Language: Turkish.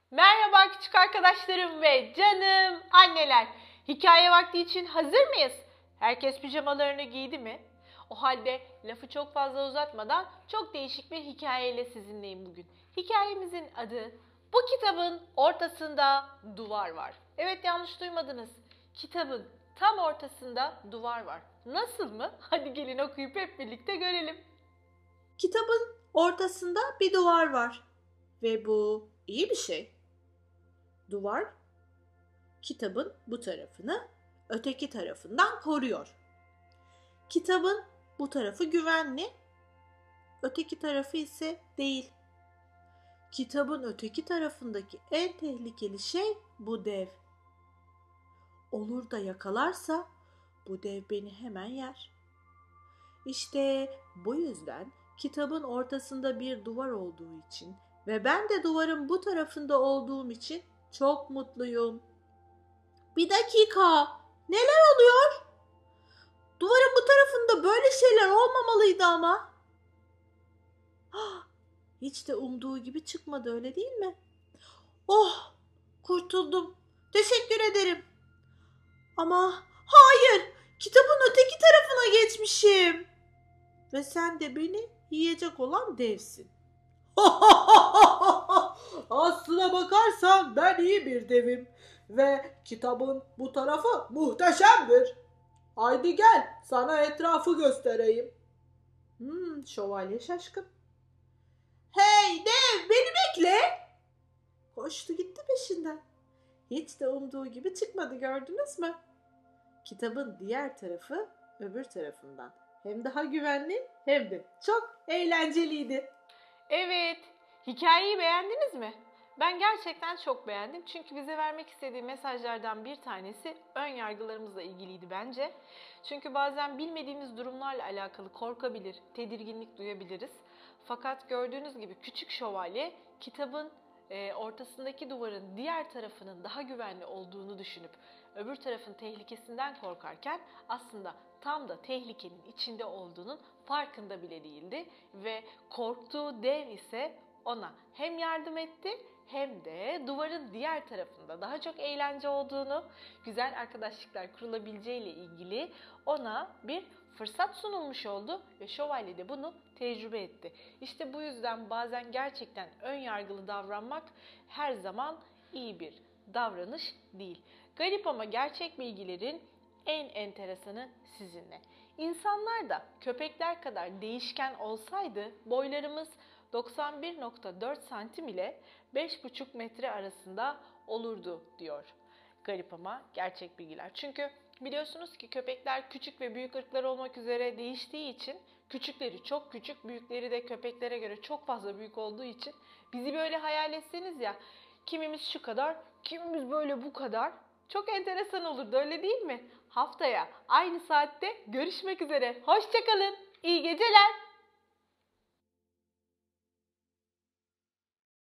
Merhaba küçük arkadaşlarım ve canım anneler. Hikaye vakti için hazır mıyız? Herkes pijamalarını giydi mi? O halde lafı çok fazla uzatmadan çok değişik bir hikayeyle sizinleyim bugün. Hikayemizin adı "Bu kitabın ortasında duvar var." Evet, yanlış duymadınız. Kitabın tam ortasında duvar var. Nasıl mı? Hadi gelin okuyup hep birlikte görelim. Kitabın ortasında bir duvar var ve bu iyi bir şey. Duvar kitabın bu tarafını öteki tarafından koruyor. Kitabın bu tarafı güvenli, öteki tarafı ise değil. Kitabın öteki tarafındaki en tehlikeli şey bu dev. Olur da yakalarsa bu dev beni hemen yer. İşte bu yüzden kitabın ortasında bir duvar olduğu için ve ben de duvarın bu tarafında olduğum için çok mutluyum. Bir dakika, neler oluyor? Duvarın bu tarafında böyle şeyler olmamalıydı ama. Hiç de umduğu gibi çıkmadı, öyle değil mi? Oh, kurtuldum. Teşekkür ederim. Ama hayır, kitabın öteki tarafına geçmişim. Ve sen de beni yiyecek olan devsin. Aslına bakarsan ben iyi bir devim ve kitabın bu tarafı muhteşemdir. Haydi gel, sana etrafı göstereyim. Şövalye şaşkın. Hey dev, beni bekle. Koştu gitti peşinden. Hiç de umduğu gibi çıkmadı, gördünüz mü? Kitabın diğer tarafı öbür tarafından. Hem daha güvenli hem de çok eğlenceliydi. Evet, hikayeyi beğendiniz mi? Ben gerçekten çok beğendim çünkü bize vermek istediği mesajlardan bir tanesi ön yargılarımızla ilgiliydi bence. Çünkü bazen bilmediğimiz durumlarla alakalı korkabilir, tedirginlik duyabiliriz. Fakat gördüğünüz gibi küçük şövalye kitabın ortasındaki duvarın diğer tarafının daha güvenli olduğunu düşünüp öbür tarafın tehlikesinden korkarken aslında tam da tehlikenin içinde olduğunun farkında bile değildi ve korktuğu dev ise ona hem yardım etti hem de duvarın diğer tarafında daha çok eğlence olduğunu, güzel arkadaşlıklar kurulabileceği ile ilgili ona bir fırsat sunulmuş oldu ve şövalye de bunu tecrübe etti. İşte bu yüzden bazen gerçekten ön yargılı davranmak her zaman iyi bir davranış değil. Garip ama gerçek bilgilerin en enteresanı sizinle. İnsanlar da köpekler kadar değişken olsaydı boylarımız 91,4 santim ile 5,5 metre arasında olurdu diyor. Garip ama gerçek bilgiler. Çünkü biliyorsunuz ki köpekler küçük ve büyük ırklar olmak üzere değiştiği için küçükleri çok küçük, büyükleri de köpeklere göre çok fazla büyük olduğu için bizi böyle hayal etseniz ya, kimimiz şu kadar, kimimiz böyle bu kadar. Çok enteresan olurdu, öyle değil mi? Haftaya aynı saatte görüşmek üzere. Hoşça kalın. İyi geceler.